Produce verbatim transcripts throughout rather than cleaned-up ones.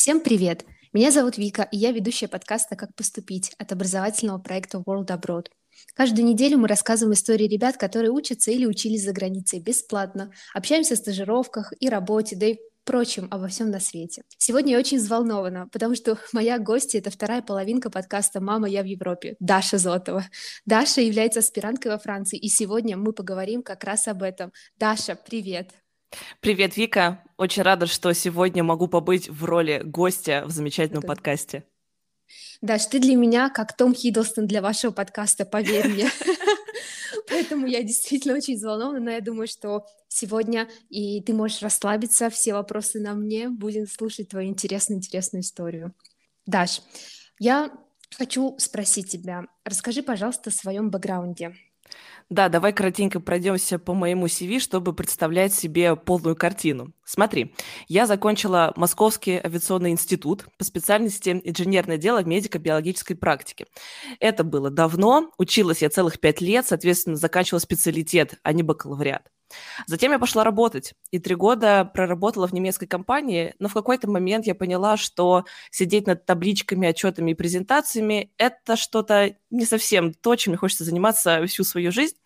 Всем привет! Меня зовут Вика, и я ведущая подкаста «Как поступить» от образовательного проекта World Abroad. Каждую неделю мы рассказываем истории ребят, которые учатся или учились за границей бесплатно, общаемся о стажировках и работе, да и прочем обо всем на свете. Сегодня я очень взволнована, потому что моя гостья — это вторая половинка подкаста «Мама, я в Европе» Даша Зотова. Даша является аспиранткой во Франции, и сегодня мы поговорим как раз об этом. Даша, привет! Привет, Вика. Очень рада, что сегодня могу побыть в роли гостя в замечательном Это- подкасте. Даш, ты для меня как Том Хиддлстон для вашего подкаста, поверь мне. Поэтому я действительно очень взволнована, но я думаю, что сегодня и ты можешь расслабиться, все вопросы на мне, будем слушать твою интересную-интересную историю. Даш, я хочу спросить тебя, расскажи, пожалуйста, о своем бэкграунде. Да, давай коротенько пройдемся по моему си ви, чтобы представлять себе полную картину. Смотри, я закончила Московский авиационный институт по специальности инженерное дело медико-биологической практики. Это было давно, училась я целых пять лет, соответственно, заканчивала специалитет, а не бакалавриат. Затем я пошла работать, и три года проработала в немецкой компании, но в какой-то момент я поняла, что сидеть над табличками, отчетами и презентациями — это что-то не совсем то, чем мне хочется заниматься всю свою жизнь.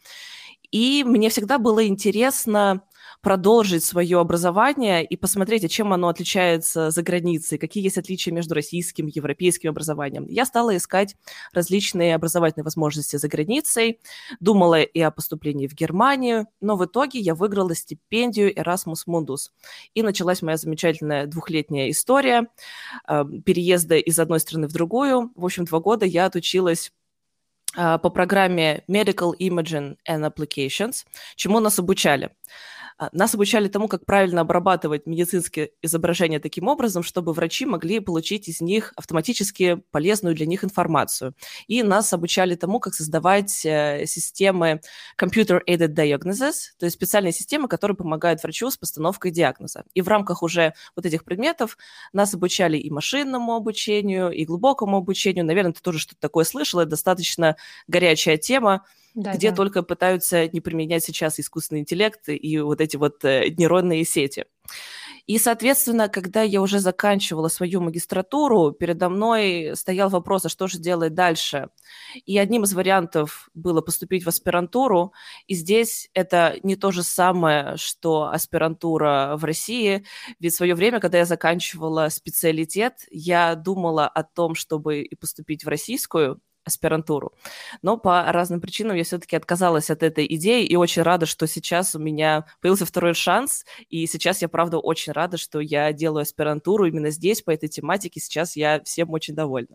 И мне всегда было интересно продолжить свое образование и посмотреть, а чем оно отличается за границей, какие есть отличия между российским и европейским образованием. Я стала искать различные образовательные возможности за границей, думала и о поступлении в Германию, но в итоге я выиграла стипендию Erasmus Mundus. И началась моя замечательная двухлетняя история э, переезда из одной страны в другую. В общем, два года я отучилась по программе Medical Imaging and Applications, чему нас обучали. Нас обучали тому, как правильно обрабатывать медицинские изображения таким образом, чтобы врачи могли получить из них автоматически полезную для них информацию. И нас обучали тому, как создавать системы Computer-Aided Diagnosis, то есть специальные системы, которые помогают врачу с постановкой диагноза. И в рамках уже вот этих предметов нас обучали и машинному обучению, и глубокому обучению. Наверное, ты тоже что-то такое слышала, это достаточно горячая тема, Да, где да. только пытаются не применять сейчас искусственный интеллект и вот эти вот э, нейронные сети. И, соответственно, когда я уже заканчивала свою магистратуру, передо мной стоял вопрос, а что же делать дальше? И одним из вариантов было поступить в аспирантуру, и здесь это не то же самое, что аспирантура в России, ведь в свое время, когда я заканчивала специалитет, я думала о том, чтобы и поступить в российскую аспирантуру. Но по разным причинам я все-таки отказалась от этой идеи и очень рада, что сейчас у меня появился второй шанс, и сейчас я, правда, очень рада, что я делаю аспирантуру именно здесь, по этой тематике. Сейчас я всем очень довольна.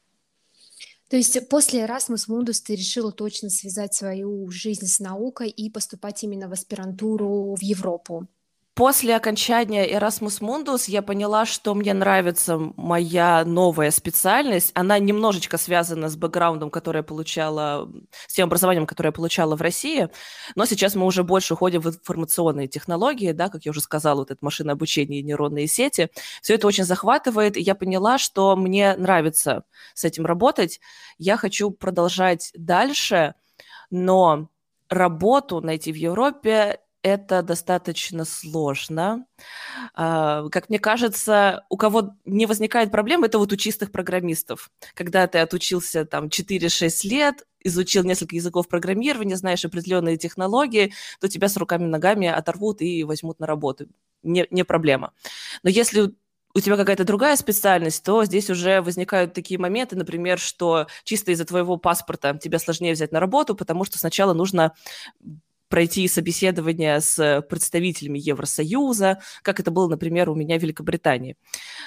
То есть после Erasmus Mundus ты решила точно связать свою жизнь с наукой и поступать именно в аспирантуру в Европу? После окончания Erasmus Mundus я поняла, что мне нравится моя новая специальность. Она немножечко связана с бэкграундом, который я получала, с тем образованием, которое я получала в России. Но сейчас мы уже больше уходим в информационные технологии, да, как я уже сказала, вот это машинное обучение и нейронные сети. Все это очень захватывает, и я поняла, что мне нравится с этим работать. Я хочу продолжать дальше, но работу найти в Европе это достаточно сложно. Как мне кажется, у кого не возникает проблем, это вот у чистых программистов. Когда ты отучился там четыре-шесть лет, изучил несколько языков программирования, знаешь определенные технологии, то тебя с руками-ногами оторвут и возьмут на работу. Не, не проблема. Но если у тебя какая-то другая специальность, то здесь уже возникают такие моменты, например, что чисто из-за твоего паспорта тебя сложнее взять на работу, потому что сначала нужно пройти собеседование с представителями Евросоюза, как это было, например, у меня в Великобритании.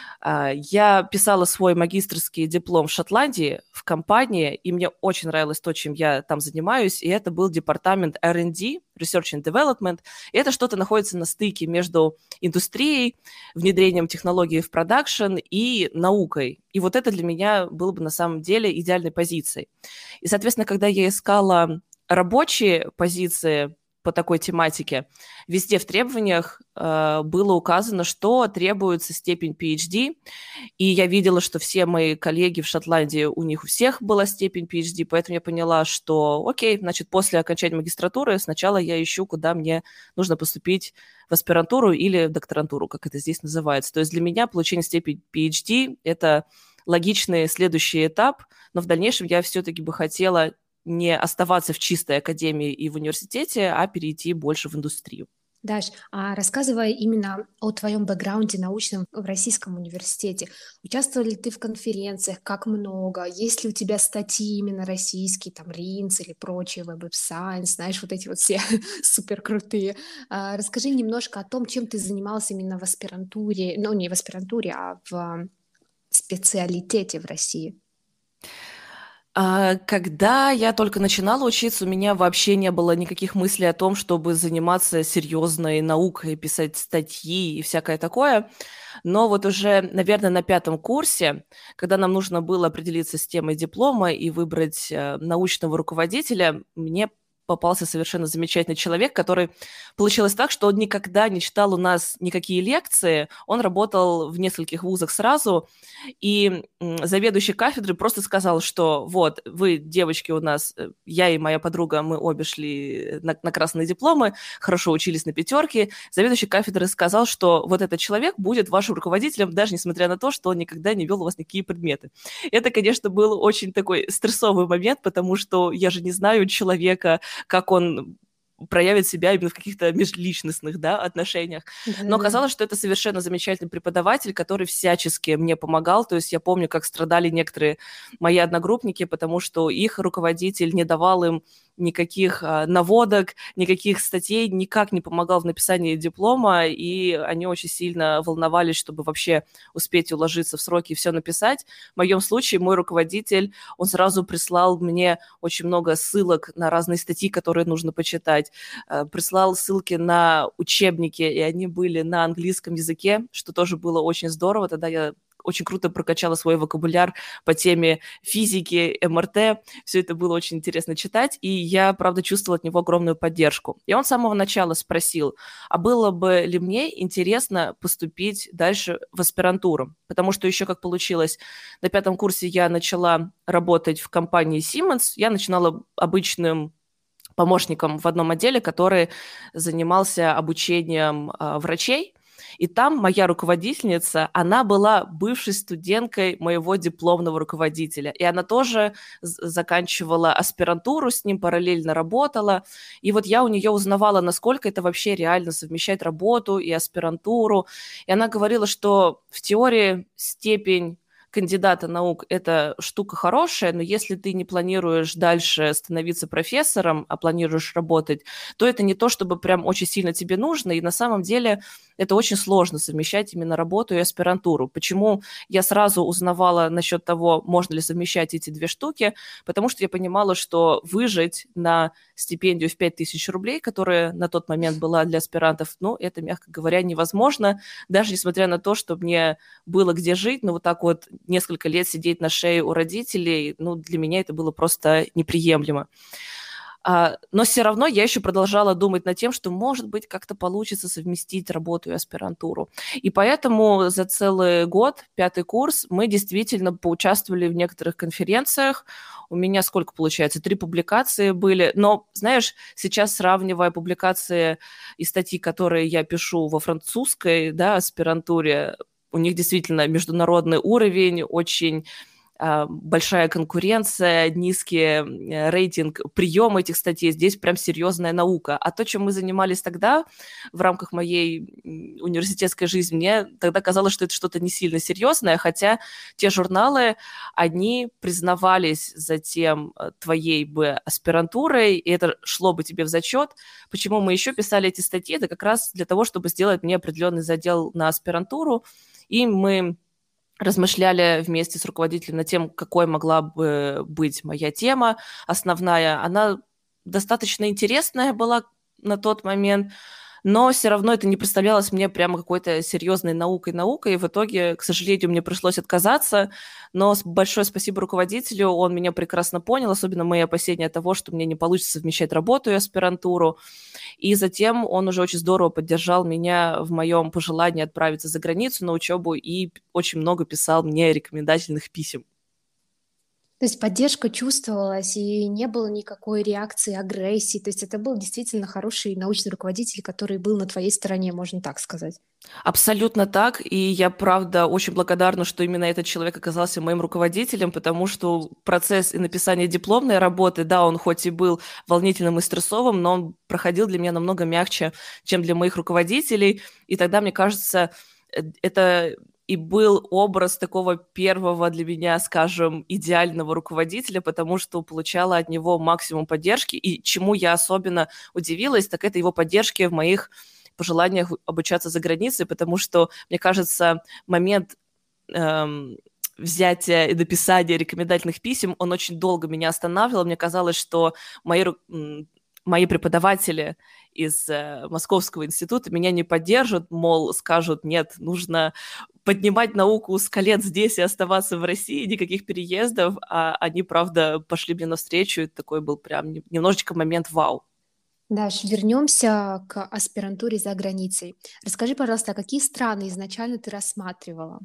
Я писала свой магистерский диплом в Шотландии, в компании, и мне очень нравилось то, чем я там занимаюсь, и это был департамент ар энд ди, Research and Development, и это что-то находится на стыке между индустрией, внедрением технологий в продакшн и наукой. И вот это для меня было бы на самом деле идеальной позицией. И, соответственно, когда я искала рабочие позиции по такой тематике, везде в требованиях э, было указано, что требуется степень пи эйч ди, и я видела, что все мои коллеги в Шотландии, у них у всех была степень пи эйч ди, поэтому я поняла, что окей, значит, после окончания магистратуры сначала я ищу, куда мне нужно поступить в аспирантуру или в докторантуру, как это здесь называется. То есть для меня получение степени пи эйч ди – это логичный следующий этап, но в дальнейшем я все-таки бы хотела не оставаться в чистой академии и в университете, а перейти больше в индустрию. Даш, а рассказывая именно о твоем бэкграунде научном в Российском университете, участвовал ли ты в конференциях, как много, есть ли у тебя статьи именно российские, там, ринс или прочие, Web of Science, знаешь, вот эти вот все супер крутые. А, расскажи немножко о том, чем ты занимался именно в аспирантуре, ну, не в аспирантуре, а в специалитете в России. А, Когда я только начинала учиться, у меня вообще не было никаких мыслей о том, чтобы заниматься серьезной наукой, писать статьи и всякое такое. Но вот уже, наверное, на пятом курсе, когда нам нужно было определиться с темой диплома и выбрать э, научного руководителя, мне попался совершенно замечательный человек, который... Получилось так, что он никогда не читал у нас никакие лекции, он работал в нескольких вузах сразу, и м, заведующий кафедры просто сказал, что вот, вы, девочки, у нас, э, я и моя подруга, мы обе шли на, на красные дипломы, хорошо учились на пятерке. Заведующий кафедры сказал, что вот этот человек будет вашим руководителем, даже несмотря на то, что он никогда не вел у вас никакие предметы. Это, конечно, был очень такой стрессовый момент, потому что я же не знаю человека, как он проявит себя именно в каких-то межличностных, да, отношениях. Но Да-да-да. оказалось, что это совершенно замечательный преподаватель, который всячески мне помогал. То есть я помню, как страдали некоторые мои одногруппники, потому что их руководитель не давал им никаких а, наводок, никаких статей, никак не помогал в написании диплома, и они очень сильно волновались, чтобы вообще успеть уложиться в сроки и все написать. В моем случае мой руководитель, он сразу прислал мне очень много ссылок на разные статьи, которые нужно почитать, э, прислал ссылки на учебники, и они были на английском языке, что тоже было очень здорово. Тогда я очень круто прокачала свой вокабуляр по теме физики, эм эр тэ. Все это было очень интересно читать, и я, правда, чувствовала от него огромную поддержку. И он с самого начала спросил, а было бы ли мне интересно поступить дальше в аспирантуру? Потому что еще как получилось, на пятом курсе я начала работать в компании Siemens, я начинала обычным помощником в одном отделе, который занимался обучением а, врачей. И там моя руководительница, она была бывшей студенткой моего дипломного руководителя. И она тоже заканчивала аспирантуру, с ним параллельно работала. И вот я у нее узнавала, насколько это вообще реально совмещать работу и аспирантуру. И она говорила, что в теории степень кандидата наук – это штука хорошая, но если ты не планируешь дальше становиться профессором, а планируешь работать, то это не то, чтобы прям очень сильно тебе нужно, и на самом деле это очень сложно совмещать именно работу и аспирантуру. Почему я сразу узнавала насчет того, можно ли совмещать эти две штуки? Потому что я понимала, что выжить на стипендию в пять тысяч рублей, которая на тот момент была для аспирантов, ну, это, мягко говоря, невозможно, даже несмотря на то, что мне было где жить, но вот так вот несколько лет сидеть на шее у родителей, ну, для меня это было просто неприемлемо. А, но все равно я еще продолжала думать над тем, что, может быть, как-то получится совместить работу и аспирантуру. И поэтому за целый год, пятый курс, мы действительно поучаствовали в некоторых конференциях. У меня сколько получается? Три публикации были. Но, знаешь, сейчас, сравнивая публикации и статьи, которые я пишу во французской, да, аспирантуре, у них действительно международный уровень, очень а, большая конкуренция, низкий э, рейтинг приема этих статей. Здесь прям серьезная наука. А то, чем мы занимались тогда в рамках моей м, университетской жизни, мне тогда казалось, что это что-то не сильно серьезное, хотя те журналы, они признавались затем э, твоей бы аспирантурой, и это шло бы тебе в зачет. Почему мы еще писали эти статьи? Это как раз для того, чтобы сделать мне определенный задел на аспирантуру, и мы размышляли вместе с руководителем над тем, какой могла бы быть моя тема основная. Она достаточно интересная была на тот момент, но все равно это не представлялось мне прямо какой-то серьезной наукой-наукой, и в итоге, к сожалению, мне пришлось отказаться, но большое спасибо руководителю, он меня прекрасно понял, особенно мои опасения того, что мне не получится совмещать работу и аспирантуру, и затем он уже очень здорово поддержал меня в моем пожелании отправиться за границу на учебу и очень много писал мне рекомендательных писем. То есть поддержка чувствовалась, и не было никакой реакции агрессии. То есть это был действительно хороший научный руководитель, который был на твоей стороне, можно так сказать. Абсолютно так, и я, правда, очень благодарна, что именно этот человек оказался моим руководителем, потому что процесс и написания дипломной работы, да, он хоть и был волнительным и стрессовым, но он проходил для меня намного мягче, чем для моих руководителей, и тогда, мне кажется, э, это и был образ такого первого для меня, скажем, идеального руководителя, потому что получала от него максимум поддержки, и чему я особенно удивилась, так это его поддержки в моих пожеланиях обучаться за границей, потому что, мне кажется, момент эм, взятия и написания рекомендательных писем, он очень долго меня останавливал. Мне казалось, что мои, мои преподаватели из э, Московского института меня не поддержат, мол, скажут, нет, нужно поднимать науку с колен здесь и оставаться в России, никаких переездов, а они, правда, пошли мне навстречу, и такой был прям немножечко момент вау. Даш, вернемся к аспирантуре за границей. Расскажи, пожалуйста, а какие страны изначально ты рассматривала?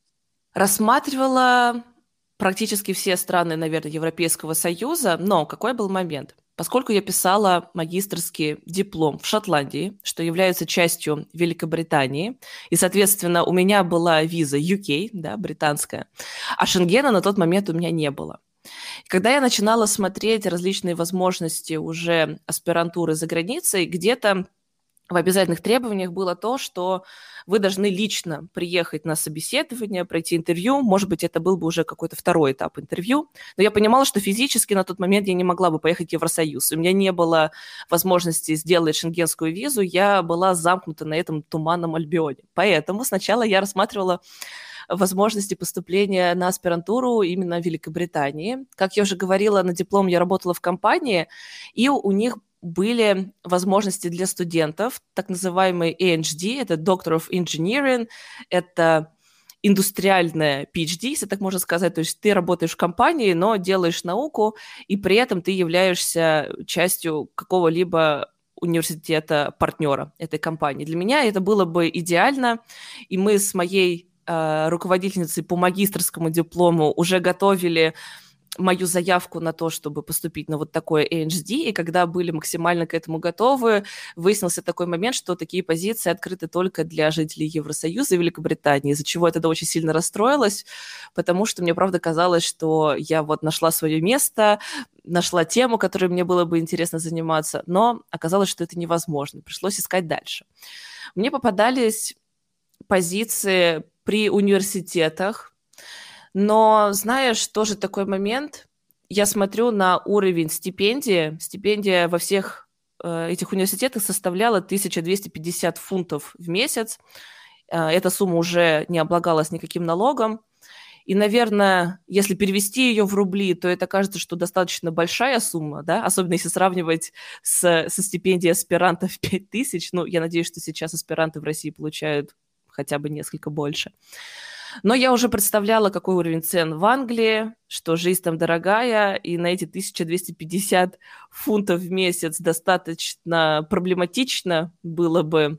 Рассматривала практически все страны, наверное, Европейского Союза, но какой был момент? Поскольку я писала магистерский диплом в Шотландии, что является частью Великобритании, и, соответственно, у меня была виза ю кей, да, британская, а Шенгена на тот момент у меня не было. Когда я начинала смотреть различные возможности уже аспирантуры за границей, где-то в обязательных требованиях было то, что вы должны лично приехать на собеседование, пройти интервью. Может быть, это был бы уже какой-то второй этап интервью. Но я понимала, что физически на тот момент я не могла бы поехать в Евросоюз. У меня не было возможности сделать шенгенскую визу. Я была замкнута на этом туманном Альбионе. Поэтому сначала я рассматривала возможности поступления на аспирантуру именно в Великобритании. Как я уже говорила, на диплом я работала в компании, и у них были возможности для студентов, так называемый эй эйч ди, это Doctor of Engineering, это индустриальная пи эйч ди, если так можно сказать, то есть ты работаешь в компании, но делаешь науку, и при этом ты являешься частью какого-либо университета-партнера этой компании. Для меня это было бы идеально, и мы с моей э, руководительницей по магистерскому диплому уже готовили мою заявку на то, чтобы поступить на вот такое эй эйч ди, и когда были максимально к этому готовы, выяснился такой момент, что такие позиции открыты только для жителей Евросоюза и Великобритании, из-за чего я тогда очень сильно расстроилась, потому что мне, правда, казалось, что я вот нашла свое место, нашла тему, которой мне было бы интересно заниматься, но оказалось, что это невозможно, пришлось искать дальше. Мне попадались позиции при университетах, но, знаешь, тоже такой момент, я смотрю на уровень стипендии. Стипендия во всех э, этих университетах составляла тысяча двести пятьдесят фунтов в месяц. Э, эта сумма уже не облагалась никаким налогом. И, наверное, если перевести ее в рубли, то это кажется, что достаточно большая сумма, да, особенно если сравнивать с, со стипендией аспирантов пять тысяч. Ну, я надеюсь, что сейчас аспиранты в России получают хотя бы несколько больше. Но я уже представляла, какой уровень цен в Англии, что жизнь там дорогая, и на эти тысяча двести пятьдесят фунтов в месяц достаточно проблематично было бы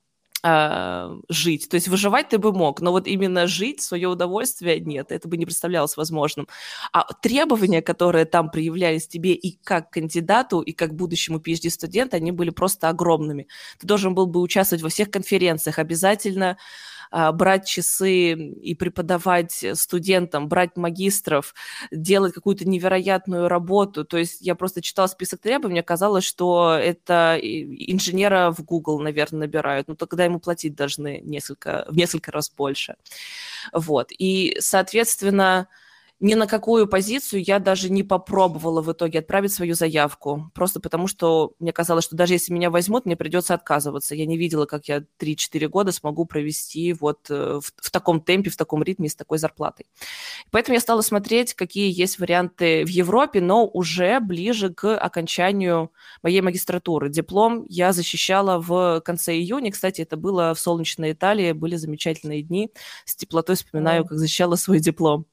э, жить. То есть выживать ты бы мог, но вот именно жить в свое удовольствие нет, это бы не представлялось возможным. А требования, которые там проявлялись тебе и как кандидату, и как будущему пи эйч ди-студенту, они были просто огромными. Ты должен был бы участвовать во всех конференциях, обязательно брать часы и преподавать студентам, брать магистров, делать какую-то невероятную работу. То есть я просто читала список требований, мне казалось, что это инженера в Google, наверное, набирают, но тогда ему платить должны несколько, в несколько раз больше. Вот. И, соответственно, Ни на какую позицию я даже не попробовала в итоге отправить свою заявку. Просто потому, что мне казалось, что даже если меня возьмут, мне придется отказываться. Я не видела, как я три-четыре года смогу провести вот в, в таком темпе, в таком ритме, с такой зарплатой. Поэтому я стала смотреть, какие есть варианты в Европе, но уже ближе к окончанию моей магистратуры. Диплом я защищала в конце июня. Кстати, это было в солнечной Италии. Были замечательные дни. С теплотой вспоминаю, как защищала свой диплом.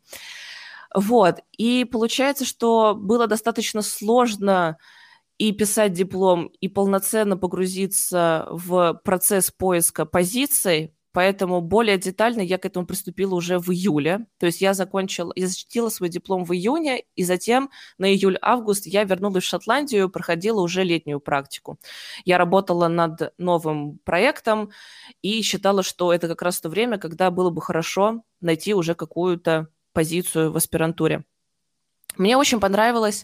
Вот, и получается, что было достаточно сложно и писать диплом, и полноценно погрузиться в процесс поиска позиций, поэтому более детально я к этому приступила уже в июле. То есть я закончила, я защитила свой диплом в июне, и затем на июль-август я вернулась в Шотландию, проходила уже летнюю практику. Я работала над новым проектом и считала, что это как раз то время, когда было бы хорошо найти уже какую-то позицию в аспирантуре. Мне очень понравилась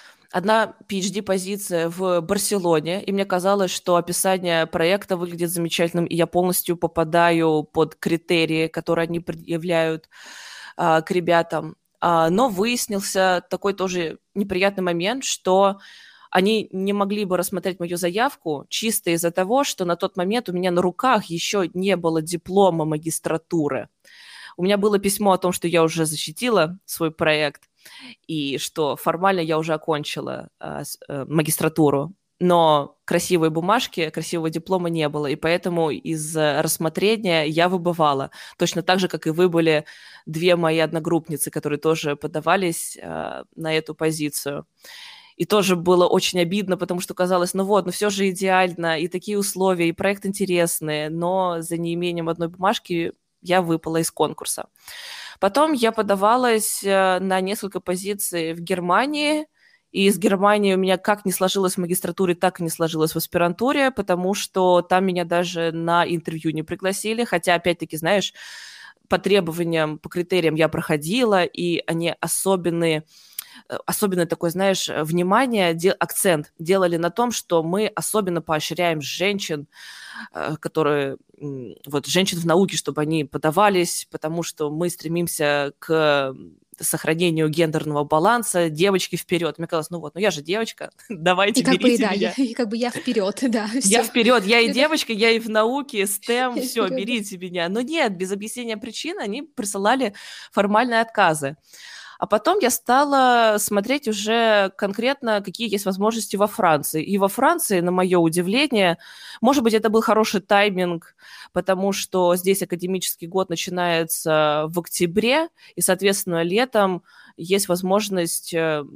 одна пи эйч ди-позиция в Барселоне, и мне казалось, что описание проекта выглядит замечательным, и я полностью попадаю под критерии, которые они предъявляют а, к ребятам. А, но выяснился такой тоже неприятный момент, что они не могли бы рассмотреть мою заявку чисто из-за того, что на тот момент у меня на руках еще не было диплома магистратуры. У меня было письмо о том, что я уже защитила свой проект и что формально я уже окончила э, э, магистратуру, но красивой бумажки, красивого диплома не было, и поэтому из рассмотрения я выбывала. Точно так же, как и выбыли две мои одногруппницы, которые тоже подавались э, на эту позицию. И тоже было очень обидно, потому что казалось, ну вот, ну все же идеально, и такие условия, и проект интересный, но за неимением одной бумажки я выпала из конкурса. Потом я подавалась на несколько позиций в Германии, и из Германии у меня как не сложилось в магистратуре, так и не сложилось в аспирантуре, потому что там меня даже на интервью не пригласили, хотя, опять-таки, знаешь, по требованиям, по критериям я проходила, и они особенные, особенно такое, знаешь, внимание, де, акцент делали на том, что мы особенно поощряем женщин, которые, вот, женщин в науке, чтобы они подавались, потому что мы стремимся к сохранению гендерного баланса, девочки вперед. Мне казалось, ну вот, ну я же девочка, давайте, и как берите бы, да, меня. Я, и как бы я вперед, да, Я все. вперед, я и девочка, я и в науке, STEM, все, берите меня. Но нет, без объяснения причин они присылали формальные отказы. А потом я стала смотреть уже конкретно, какие есть возможности во Франции. И во Франции, на мое удивление, может быть, это был хороший тайминг, потому что здесь академический год начинается в октябре, и, соответственно, летом есть возможность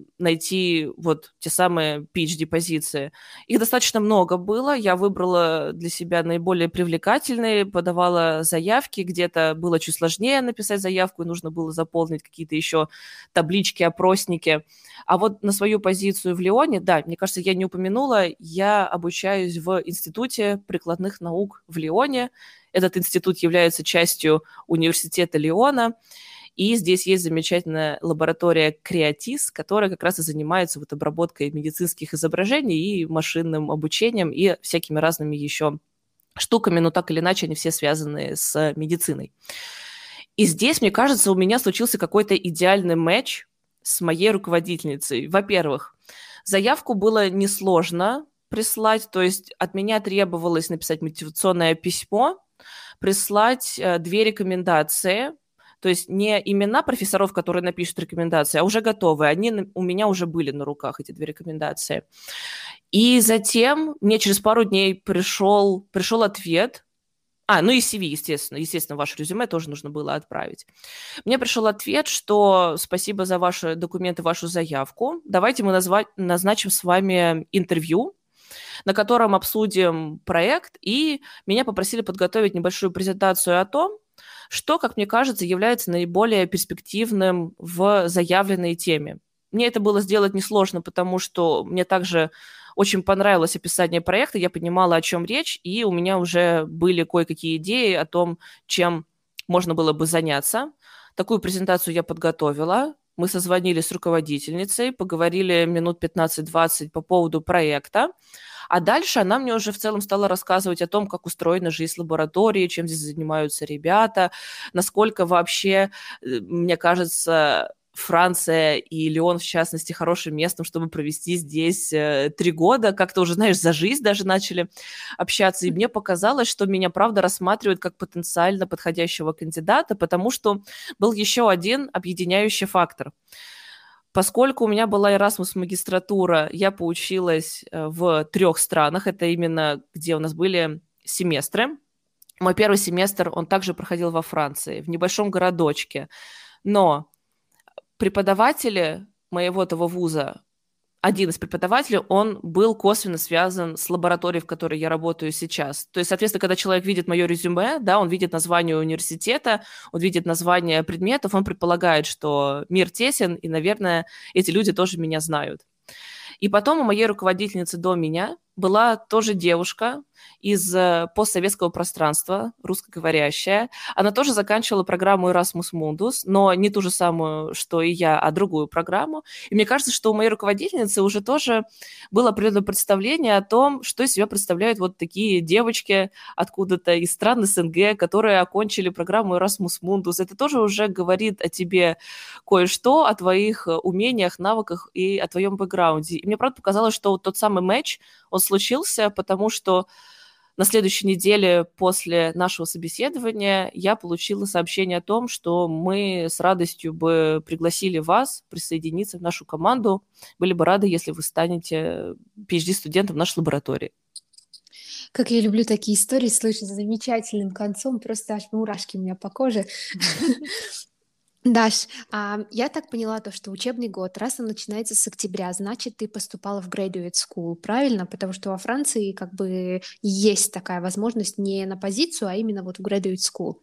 найти вот те самые пи эйч ди-позиции. Их достаточно много было. Я выбрала для себя наиболее привлекательные, подавала заявки. Где-то было чуть сложнее написать заявку, и нужно было заполнить какие-то еще таблички, опросники. А вот на свою позицию в Лионе, да, мне кажется, я не упомянула, я обучаюсь в Институте прикладных наук в Лионе. Этот институт является частью университета Лиона. И здесь есть замечательная лаборатория Креатис, которая как раз и занимается вот обработкой медицинских изображений и машинным обучением, и всякими разными еще штуками, но так или иначе они все связаны с медициной. И здесь, мне кажется, у меня случился какой-то идеальный матч с моей руководительницей. Во-первых, заявку было несложно прислать, то есть от меня требовалось написать мотивационное письмо, прислать э, две рекомендации. То есть не имена профессоров, которые напишут рекомендации, а уже готовые. Они у меня уже были на руках, эти две рекомендации. И затем мне через пару дней пришел, пришел ответ. А, ну и си ви, естественно. Естественно, ваше резюме тоже нужно было отправить. Мне пришел ответ, что спасибо за ваши документы, вашу заявку. Давайте мы назвать, назначим с вами интервью, на котором обсудим проект. И меня попросили подготовить небольшую презентацию о том, что, как мне кажется, является наиболее перспективным в заявленной теме. Мне это было сделать несложно, потому что мне также очень понравилось описание проекта, я понимала, о чем речь, и у меня уже были кое-какие идеи о том, чем можно было бы заняться. Такую презентацию я подготовила. Мы созвонились с руководительницей, поговорили минут пятнадцать-двадцать по поводу проекта. А дальше она мне уже в целом стала рассказывать о том, как устроена жизнь лаборатории, чем здесь занимаются ребята, насколько вообще, мне кажется, Франция и Лион, в частности, хорошим местом, чтобы провести здесь э, три года. Как-то уже, знаешь, за жизнь даже начали общаться. И мне показалось, что меня, правда, рассматривают как потенциально подходящего кандидата, потому что был еще один объединяющий фактор. Поскольку у меня была Erasmus-магистратура, я поучилась в трех странах. Это именно где у нас были семестры. Мой первый семестр, он также проходил во Франции, в небольшом городочке. Но преподаватели моего того вуза, один из преподавателей, он был косвенно связан с лабораторией, в которой я работаю сейчас. То есть, соответственно, когда человек видит мое резюме, да, он видит название университета, он видит название предметов, он предполагает, что мир тесен, и, наверное, эти люди тоже меня знают. И потом у моей руководительницы до меня была тоже девушка из постсоветского пространства, русскоговорящая. Она тоже заканчивала программу Erasmus Mundus, но не ту же самую, что и я, а другую программу. И мне кажется, что у моей руководительницы уже тоже было определенное представление о том, что из себя представляют вот такие девочки откуда-то из стран СНГ, которые окончили программу Erasmus Mundus. Это тоже уже говорит о тебе кое-что, о твоих умениях, навыках и о твоем бэкграунде. И мне, правда, показалось, что вот тот самый матч, он случился, потому что на следующей неделе после нашего собеседования я получила сообщение о том, что мы с радостью бы пригласили вас присоединиться в нашу команду. Были бы рады, если вы станете пи эйч ди-студентом в нашей лаборатории. Как я люблю такие истории слышать с замечательным концом, просто аж мурашки у меня по коже. Даш, а, я так поняла то, что учебный год, раз он начинается с октября, значит, ты поступала в graduate school, правильно? Потому что во Франции как бы есть такая возможность не на позицию, а именно вот в graduate school.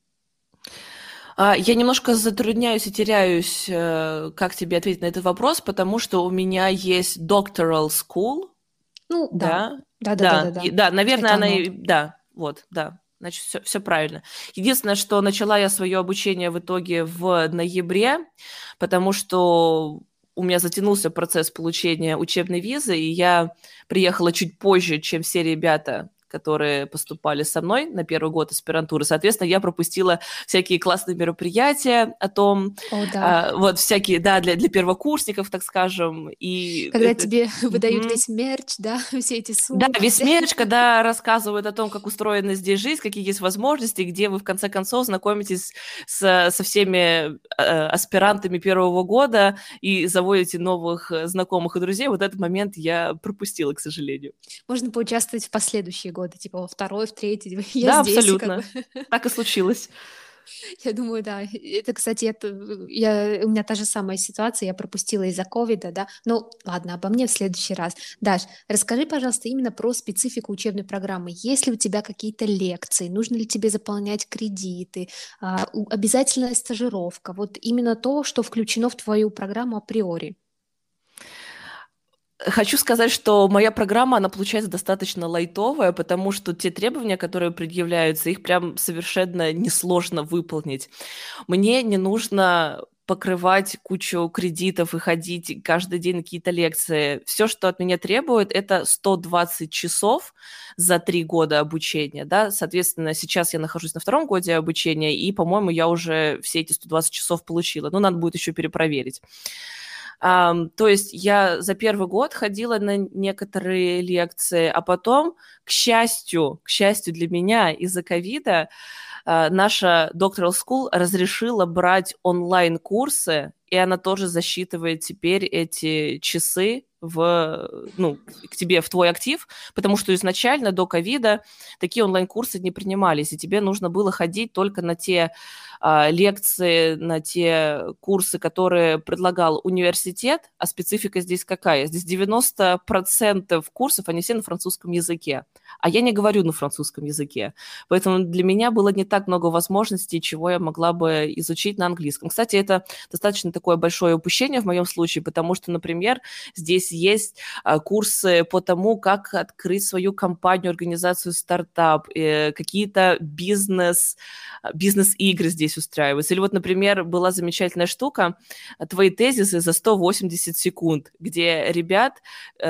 Я немножко затрудняюсь и теряюсь, как тебе ответить на этот вопрос, потому что у меня есть doctoral school. Ну, да. Да, да, да, да, да, да. Да, наверное, Это она... оно. и- Да, вот, да. Значит, все, все правильно. Единственное, что начала я свое обучение в итоге в ноябре, потому что у меня затянулся процесс получения учебной визы, и я приехала чуть позже, чем все ребята, которые поступали со мной на первый год аспирантуры. Соответственно, я пропустила всякие классные мероприятия о том, О, да. а, вот всякие, да, для, для первокурсников, так скажем. И Когда это... тебе выдают Мгм. весь мерч, да, все эти Да, сумки. весь мерч, когда рассказывают о том, как устроена здесь жизнь, какие есть возможности, где вы в конце концов знакомитесь с, со всеми э, аспирантами первого года и заводите новых э, знакомых и друзей. Вот этот момент я пропустила, к сожалению. Можно поучаствовать в последующие годы, типа во второй, в третий. Я Да, здесь, и как бы. абсолютно. Так и случилось. Я думаю, да. Это, кстати, это, я, у меня та же самая ситуация, я пропустила из-за ковида, да. Ну, ладно, обо мне в следующий раз. Даш, расскажи, пожалуйста, именно про специфику учебной программы. Есть ли у тебя какие-то лекции? Нужно ли тебе заполнять кредиты? А, у- обязательная стажировка? Вот именно то, что включено в твою программу априори. Хочу сказать, что моя программа, она получается достаточно лайтовая, потому что те требования, которые предъявляются, их прям совершенно несложно выполнить. Мне не нужно покрывать кучу кредитов и ходить каждый день на какие-то лекции. Все, что от меня требует, это сто двадцать часов за три года обучения. Да? Соответственно, сейчас я нахожусь на втором годе обучения, и, по-моему, я уже все эти сто двадцать часов получила. Но надо будет еще перепроверить. Um, то есть я за первый год ходила на некоторые лекции, а потом, к счастью, к счастью для меня, из-за ковида uh, наша Doctoral School разрешила брать онлайн-курсы, и она тоже засчитывает теперь эти часы в, ну, к тебе в твой актив, потому что изначально до ковида такие онлайн-курсы не принимались, и тебе нужно было ходить только на те а, лекции, на те курсы, которые предлагал университет, а специфика здесь какая? Здесь девяносто процентов курсов, они все на французском языке, а я не говорю на французском языке, поэтому для меня было не так много возможностей, чего я могла бы изучить на английском. Кстати, это достаточно такое большое упущение в моем случае, потому что, например, здесь здесь есть а, курсы по тому, как открыть свою компанию, организацию стартап, э, какие-то бизнес, бизнес-игры здесь устраиваются. Или вот, например, была замечательная штука «Твои тезисы за сто восемьдесят секунд», где ребят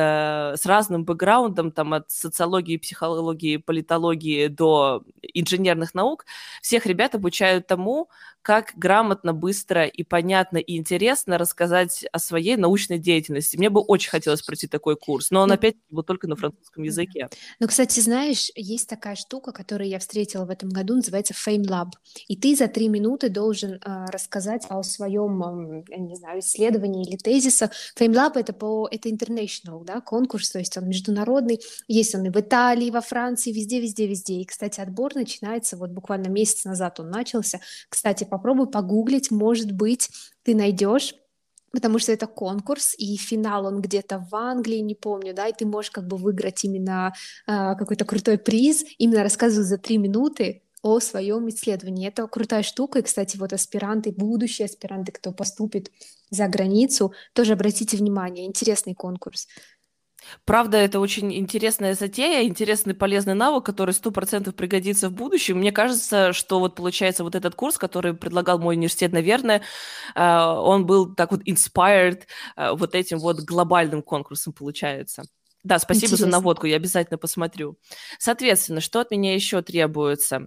э, с разным бэкграундом, там, от социологии, психологии, политологии до инженерных наук, всех ребят обучают тому, как грамотно, быстро и понятно и интересно рассказать о своей научной деятельности. Мне бы очень хотелось пройти такой курс, но он Ну, опять вот только на французском да. языке. Ну, кстати, знаешь, есть такая штука, которую я встретила в этом году, называется FameLab. И ты за три минуты должен а, рассказать о своем, ам, я не знаю, исследовании или тезисах. FameLab это по это international, да, конкурс, то есть он международный. Есть он и в Италии, и во Франции, везде, везде, везде. И, кстати, отбор начинается вот буквально месяц назад он начался. Кстати, попробуй погуглить, может быть, ты найдешь. Потому что это конкурс, и финал он где-то в Англии, не помню, да, и ты можешь как бы выиграть именно а, какой-то крутой приз, именно рассказывать за три минуты о своем исследовании. Это крутая штука, и, кстати, вот аспиранты, будущие аспиранты, кто поступит за границу, тоже обратите внимание, интересный конкурс. Правда, это очень интересная затея, интересный полезный навык, который сто процентов пригодится в будущем. Мне кажется, что вот получается вот этот курс, который предлагал мой университет, наверное, а, он был так вот inspired а, вот этим вот глобальным конкурсом, получается. Да, спасибо за Интересно. наводку, я обязательно посмотрю. Соответственно, что от меня еще требуется?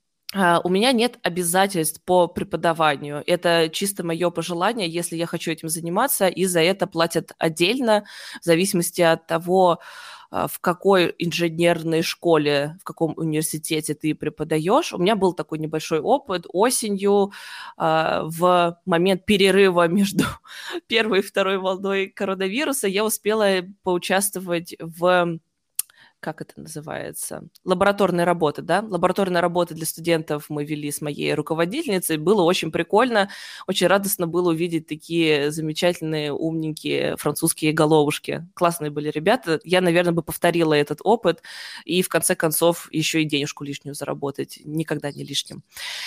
А, У меня нет обязательств по преподаванию. Это чисто мое пожелание, если я хочу этим заниматься, и за это платят отдельно, в зависимости от того, а, в какой инженерной школе, в каком университете ты преподаешь. У меня был такой небольшой опыт осенью, а, в момент перерыва между первой и второй волной коронавируса я успела поучаствовать в как это называется, лабораторные работы, да, лабораторные работы для студентов мы вели с моей руководительницей, было очень прикольно, очень радостно было увидеть такие замечательные, умненькие французские головушки, классные были ребята, я, наверное, бы повторила этот опыт и, в конце концов, еще и денежку лишнюю заработать, никогда не лишним.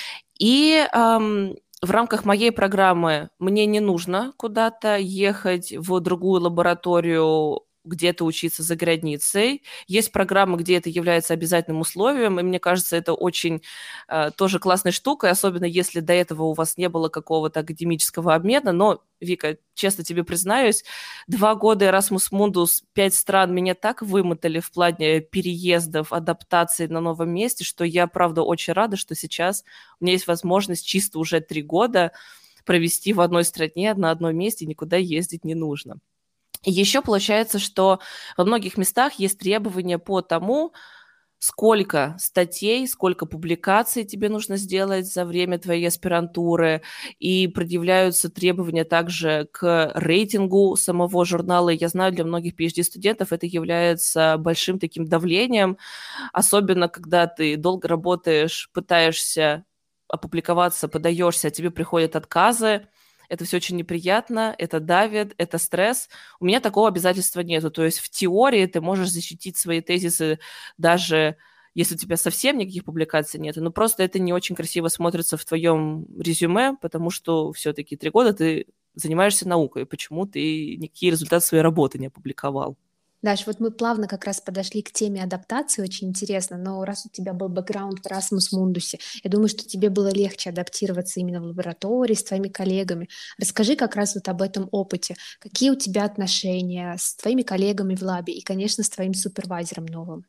И эм, в рамках моей программы мне не нужно куда-то ехать в другую лабораторию, где-то учиться за границей. Есть программы, где это является обязательным условием, и мне кажется, это очень э, тоже классная штука, особенно если до этого у вас не было какого-то академического обмена. Но, Вика, честно тебе признаюсь, два года Erasmus Mundus, пять стран меня так вымотали в плане переездов, адаптации на новом месте, что я, правда, очень рада, что сейчас у меня есть возможность чисто уже три года провести в одной стране, на одном месте, никуда ездить не нужно. Еще получается, что во многих местах есть требования по тому, сколько статей, сколько публикаций тебе нужно сделать за время твоей аспирантуры, и предъявляются требования также к рейтингу самого журнала. Я знаю, для многих PhD-студентов это является большим таким давлением, особенно когда ты долго работаешь, пытаешься опубликоваться, подаешься, а тебе приходят отказы. Это все очень неприятно, это давит, это стресс. У меня такого обязательства нету. То есть в теории ты можешь защитить свои тезисы даже если у тебя совсем никаких публикаций нет. Но просто это не очень красиво смотрится в твоем резюме, потому что все-таки три года ты занимаешься наукой. Почему ты никакие результаты своей работы не опубликовал? Даш, вот мы плавно как раз подошли к теме адаптации, очень интересно, но раз у тебя был бэкграунд в Erasmus Mundus, я думаю, что тебе было легче адаптироваться именно в лаборатории с твоими коллегами. Расскажи как раз вот об этом опыте. Какие у тебя отношения с твоими коллегами в лабе и, конечно, с твоим супервайзером новым?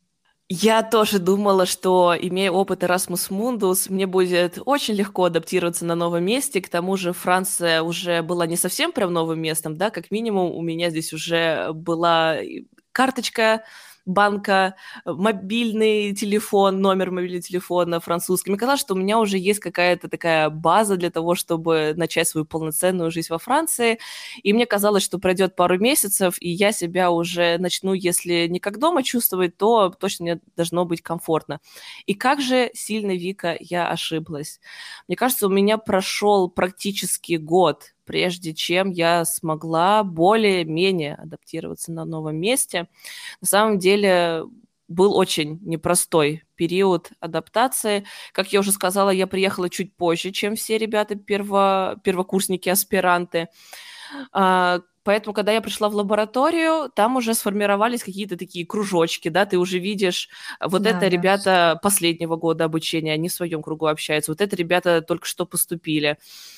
Я тоже думала, что, имея опыт Erasmus Mundus, мне будет очень легко адаптироваться на новом месте. К тому же Франция уже была не совсем прям новым местом, да, как минимум у меня здесь уже была карточка банка, мобильный телефон, номер мобильного телефона французский. Мне казалось, что у меня уже есть какая-то такая база для того, чтобы начать свою полноценную жизнь во Франции. И мне казалось, что пройдет пару месяцев, и я себя уже начну, если не как дома чувствовать, то точно мне должно быть комфортно. И как же сильно, Вика, я ошиблась. Мне кажется, у меня прошел практически год, прежде чем я смогла более-менее адаптироваться на новом месте. На самом деле был очень непростой период адаптации. Как я уже сказала, я приехала чуть позже, чем все ребята, перво... первокурсники, аспиранты. Поэтому, когда я пришла в лабораторию, там уже сформировались какие-то такие кружочки, да, ты уже видишь, вот Да, это да. ребята последнего года обучения, они в своем кругу общаются, вот это ребята только что поступили.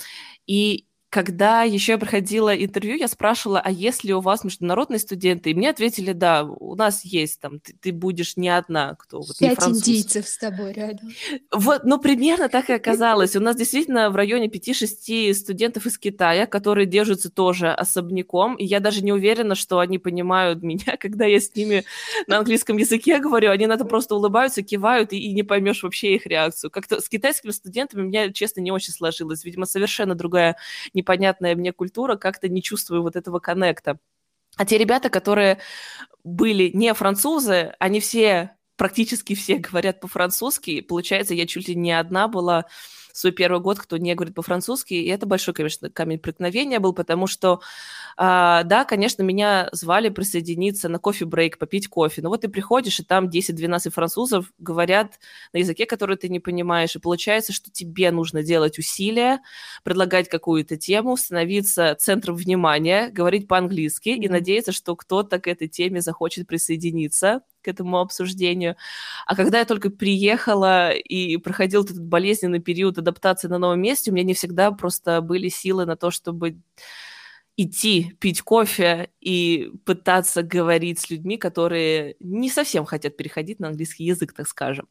И когда еще я проходила интервью, я спрашивала, а есть ли у вас международные студенты? И мне ответили, да, у нас есть, там, ты, ты будешь не одна, кто вот не Пять француз. индийцев с тобой рядом. Вот, ну, примерно так и оказалось. У нас действительно в районе пяти-шести студентов из Китая, которые держатся тоже особняком, и я даже не уверена, что они понимают меня, когда я с ними на английском языке говорю, они на это просто улыбаются, кивают, и, и не поймешь вообще их реакцию. Как-то с китайскими студентами у меня, честно, не очень сложилось. Видимо, совершенно другая непонятная мне культура, как-то не чувствую вот этого коннекта. А те ребята, которые были не французы, они все, практически все говорят по-французски. Получается, я чуть ли не одна была в свой первый год, кто не говорит по-французски. И это большой, конечно, камень преткновения был, потому что, а, да, конечно, меня звали присоединиться на кофе-брейк, попить кофе. Но вот ты приходишь, и там десять-двенадцать французов говорят на языке, который ты не понимаешь. И получается, что тебе нужно делать усилия, предлагать какую-то тему, становиться центром внимания, говорить по-английски и Да. надеяться, что кто-то к этой теме захочет присоединиться к этому обсуждению. А когда я только приехала и проходил этот болезненный период адаптации на новом месте, у меня не всегда просто были силы на то, чтобы идти пить кофе и пытаться говорить с людьми, которые не совсем хотят переходить на английский язык, так скажем.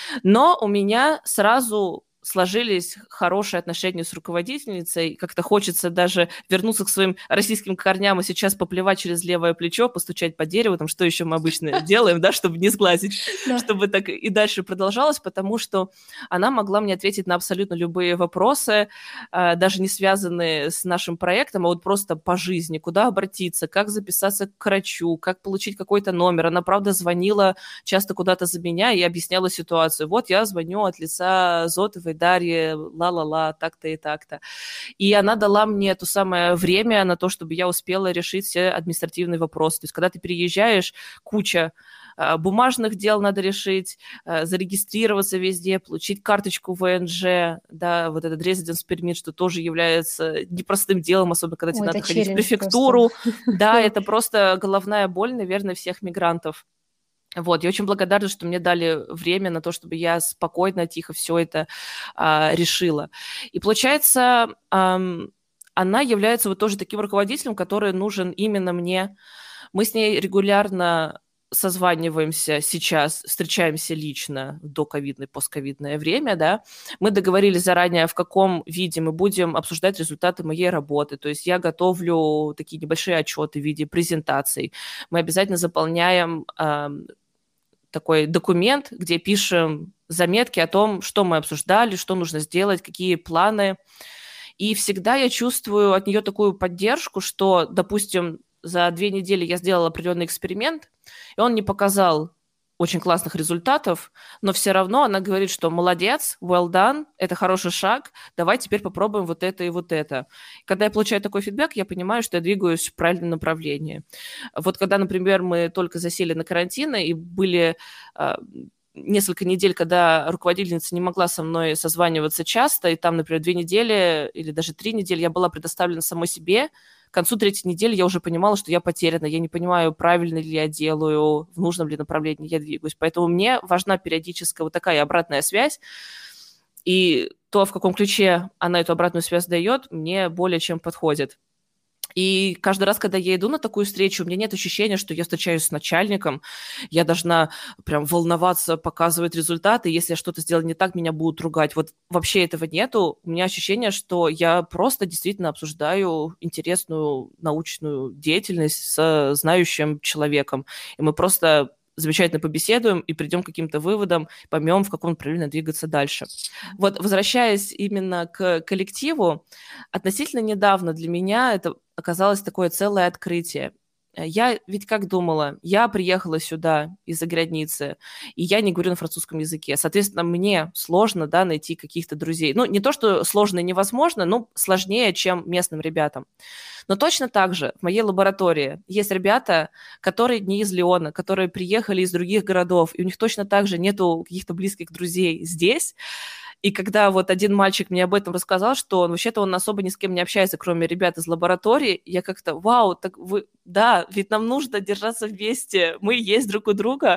Но у меня сразу сложились хорошие отношения с руководительницей, как-то хочется даже вернуться к своим российским корням и сейчас поплевать через левое плечо, постучать по дереву, там, что еще мы обычно делаем, да, чтобы не сглазить, чтобы так и дальше продолжалось, потому что она могла мне ответить на абсолютно любые вопросы, даже не связанные с нашим проектом, а вот просто по жизни, куда обратиться, как записаться к врачу, как получить какой-то номер. Она, правда, звонила часто куда-то за меня и объясняла ситуацию. Вот я звоню от лица Зотовой Дарьи, ла-ла-ла, так-то и так-то. И она дала мне то самое время на то, чтобы я успела решить все административные вопросы. То есть, когда ты переезжаешь, куча бумажных дел надо решить, зарегистрироваться везде, получить карточку вэ эн жэ, да, вот этот residence permit, что тоже является непростым делом, особенно когда тебе Ой, надо это ходить в челлендж префектуру. просто. Да, это просто головная боль, наверное, всех мигрантов. Вот, я очень благодарна, что мне дали время на то, чтобы я спокойно, тихо все это а, решила. И получается, ам, она является вот тоже таким руководителем, который нужен именно мне. Мы с ней регулярно созваниваемся сейчас, встречаемся лично в доковидное, постковидное время, да, мы договорились заранее, в каком виде мы будем обсуждать результаты моей работы, то есть я готовлю такие небольшие отчеты в виде презентаций, мы обязательно заполняем э, такой документ, где пишем заметки о том, что мы обсуждали, что нужно сделать, какие планы, и всегда я чувствую от нее такую поддержку, что, допустим, за две недели я сделала определенный эксперимент, и он не показал очень классных результатов, но все равно она говорит, что молодец, well done, это хороший шаг, давай теперь попробуем вот это и вот это. Когда я получаю такой фидбэк, я понимаю, что я двигаюсь в правильном направлении. Вот когда, например, мы только засели на карантин и были несколько недель, когда руководительница не могла со мной созваниваться часто, и там, например, две недели или даже три недели я была предоставлена самой себе, к концу третьей недели я уже понимала, что я потеряна, я не понимаю, правильно ли я делаю, в нужном ли направлении я двигаюсь. Поэтому мне важна периодическая вот такая обратная связь, и то, в каком ключе она эту обратную связь дает, мне более чем подходит. И каждый раз, когда я иду на такую встречу, у меня нет ощущения, что я встречаюсь с начальником, я должна прям волноваться, показывать результаты, если я что-то сделала не так, меня будут ругать. Вот вообще этого нету. У меня ощущение, что я просто действительно обсуждаю интересную научную деятельность с знающим человеком. И мы просто замечательно побеседуем и придем к каким-то выводам, поймем, в каком направлении двигаться дальше. Вот, возвращаясь именно к коллективу, относительно недавно для меня это оказалось такое целое открытие. Я ведь как думала, я приехала сюда из-за границы, и я не говорю на французском языке. Соответственно, мне сложно, да, найти каких-то друзей. Ну, не то, что сложно и невозможно, но сложнее, чем местным ребятам. Но точно так же в моей лаборатории есть ребята, которые не из Лиона, которые приехали из других городов, и у них точно так же нету каких-то близких друзей здесь. И когда вот один мальчик мне об этом рассказал, что он вообще-то он особо ни с кем не общается, кроме ребят из лаборатории, я как-то, вау, так вы, да, ведь нам нужно держаться вместе, мы есть друг у друга,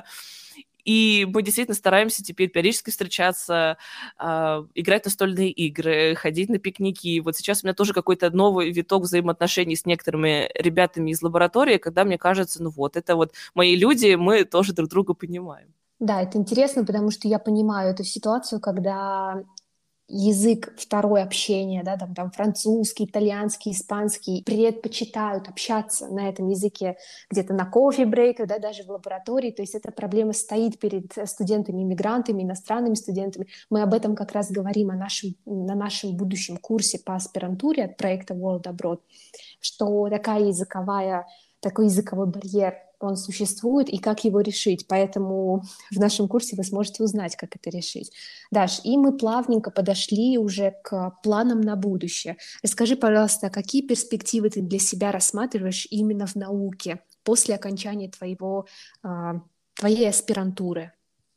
и мы действительно стараемся теперь периодически встречаться, э, играть в настольные игры, ходить на пикники. Вот сейчас у меня тоже какой-то новый виток взаимоотношений с некоторыми ребятами из лаборатории, когда мне кажется, ну вот, это вот мои люди, мы тоже друг друга понимаем. Да, это интересно, потому что я понимаю эту ситуацию, когда язык второй общения, да, там, там французский, итальянский, испанский, предпочитают общаться на этом языке где-то на кофе-брейках, да, даже в лаборатории, то есть эта проблема стоит перед студентами-иммигрантами, иностранными студентами. Мы об этом как раз говорим о нашем, на нашем будущем курсе по аспирантуре от проекта World Abroad, что такая языковая, такой языковой барьер он существует, и как его решить. Поэтому в нашем курсе вы сможете узнать, как это решить. Даш, и мы плавненько подошли уже к планам на будущее. Расскажи, пожалуйста, какие перспективы ты для себя рассматриваешь именно в науке после окончания твоего, а, твоей аспирантуры?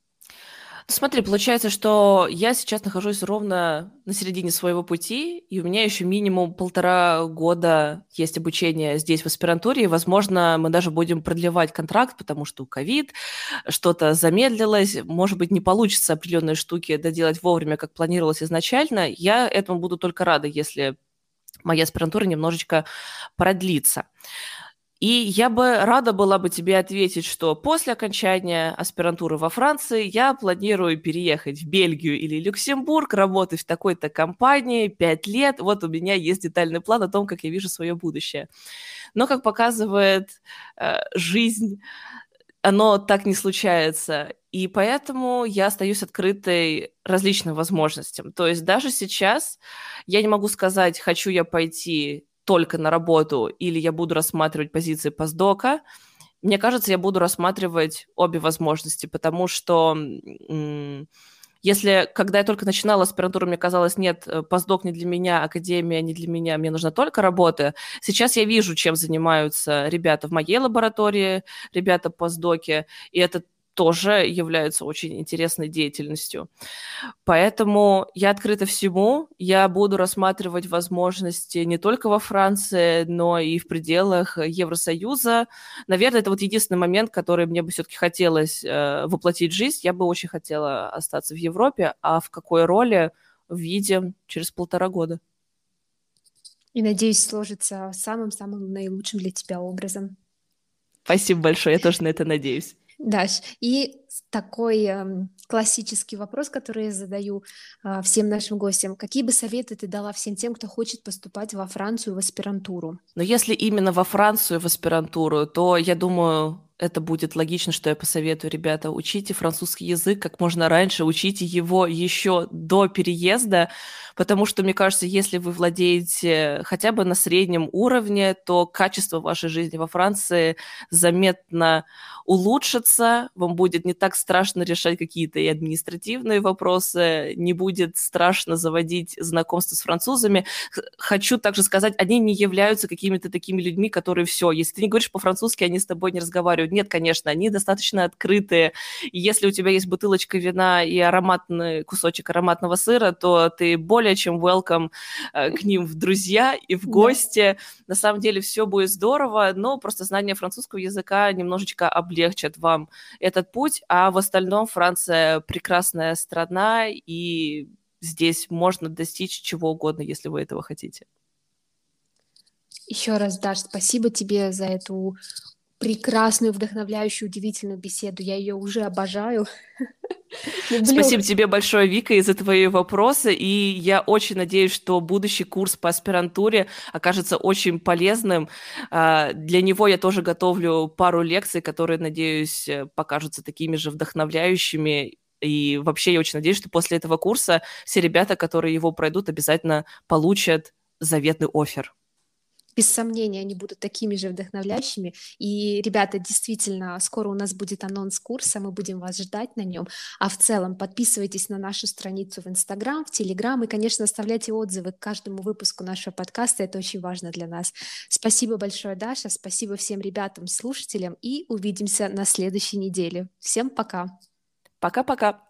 Смотри, получается, что я сейчас нахожусь ровно на середине своего пути, и у меня еще минимум полтора года есть обучение здесь в аспирантуре, и, возможно, мы даже будем продлевать контракт, потому что ковид, что-то замедлилось, может быть, не получится определенные штуки доделать вовремя, как планировалось изначально. Я этому буду только рада, если моя аспирантура немножечко продлится. И я бы рада была бы тебе ответить, что после окончания аспирантуры во Франции я планирую переехать в Бельгию или Люксембург, работать в такой-то компании пять лет. Вот у меня есть детальный план о том, как я вижу свое будущее. Но, как показывает э, жизнь, оно так не случается. И поэтому я остаюсь открытой различным возможностям. То есть даже сейчас я не могу сказать, хочу я пойти только на работу или я буду рассматривать позиции постдока. Мне кажется, я буду рассматривать обе возможности, потому что м- если, когда я только начинала аспирантуру, мне казалось, нет, постдок не для меня, академия не для меня, мне нужна только работа. Сейчас я вижу, чем занимаются ребята в моей лаборатории, ребята постдоки, и это тоже является очень интересной деятельностью. Поэтому я открыта всему, я буду рассматривать возможности не только во Франции, но и в пределах Евросоюза. Наверное, это вот единственный момент, который мне бы все-таки хотелось э, воплотить в жизнь. Я бы очень хотела остаться в Европе, а в какой роли увидим через полтора года. И, надеюсь, сложится самым-самым наилучшим для тебя образом. Спасибо большое, я тоже на это надеюсь. Даш, и такой эм, классический вопрос, который я задаю э, всем нашим гостям. Какие бы советы ты дала всем тем, кто хочет поступать во Францию в аспирантуру? Но если именно во Францию в аспирантуру, то я думаю, это будет логично, что я посоветую, ребята, учите французский язык как можно раньше, учите его еще до переезда, потому что, мне кажется, если вы владеете хотя бы на среднем уровне, то качество вашей жизни во Франции заметно улучшится, вам будет не так страшно решать какие-то и административные вопросы, не будет страшно заводить знакомства с французами. Хочу также сказать, они не являются какими-то такими людьми, которые все, если ты не говоришь по-французски, они с тобой не разговаривают. Нет, конечно, они достаточно открытые. И если у тебя есть бутылочка вина и ароматный кусочек ароматного сыра, то ты более чем welcome э, к ним в друзья и в гости. Да. На самом деле все будет здорово, но просто знание французского языка немножечко облегчит вам этот путь, а в остальном Франция прекрасная страна, и здесь можно достичь чего угодно, если вы этого хотите. Еще раз, Даш, спасибо тебе за эту прекрасную, вдохновляющую, удивительную беседу. Я ее уже обожаю. Спасибо тебе большое, Вика, и за твои вопросы. И я очень надеюсь, что будущий курс по аспирантуре окажется очень полезным. Для него я тоже готовлю пару лекций, которые, надеюсь, покажутся такими же вдохновляющими. И вообще я очень надеюсь, что после этого курса все ребята, которые его пройдут, обязательно получат заветный оффер. Без сомнения, они будут такими же вдохновляющими. И, ребята, действительно, скоро у нас будет анонс курса, мы будем вас ждать на нем. А в целом подписывайтесь на нашу страницу в Инстаграм, в Телеграм и, конечно, оставляйте отзывы к каждому выпуску нашего подкаста. Это очень важно для нас. Спасибо большое, Даша. Спасибо всем ребятам, слушателям. И увидимся на следующей неделе. Всем пока. Пока-пока.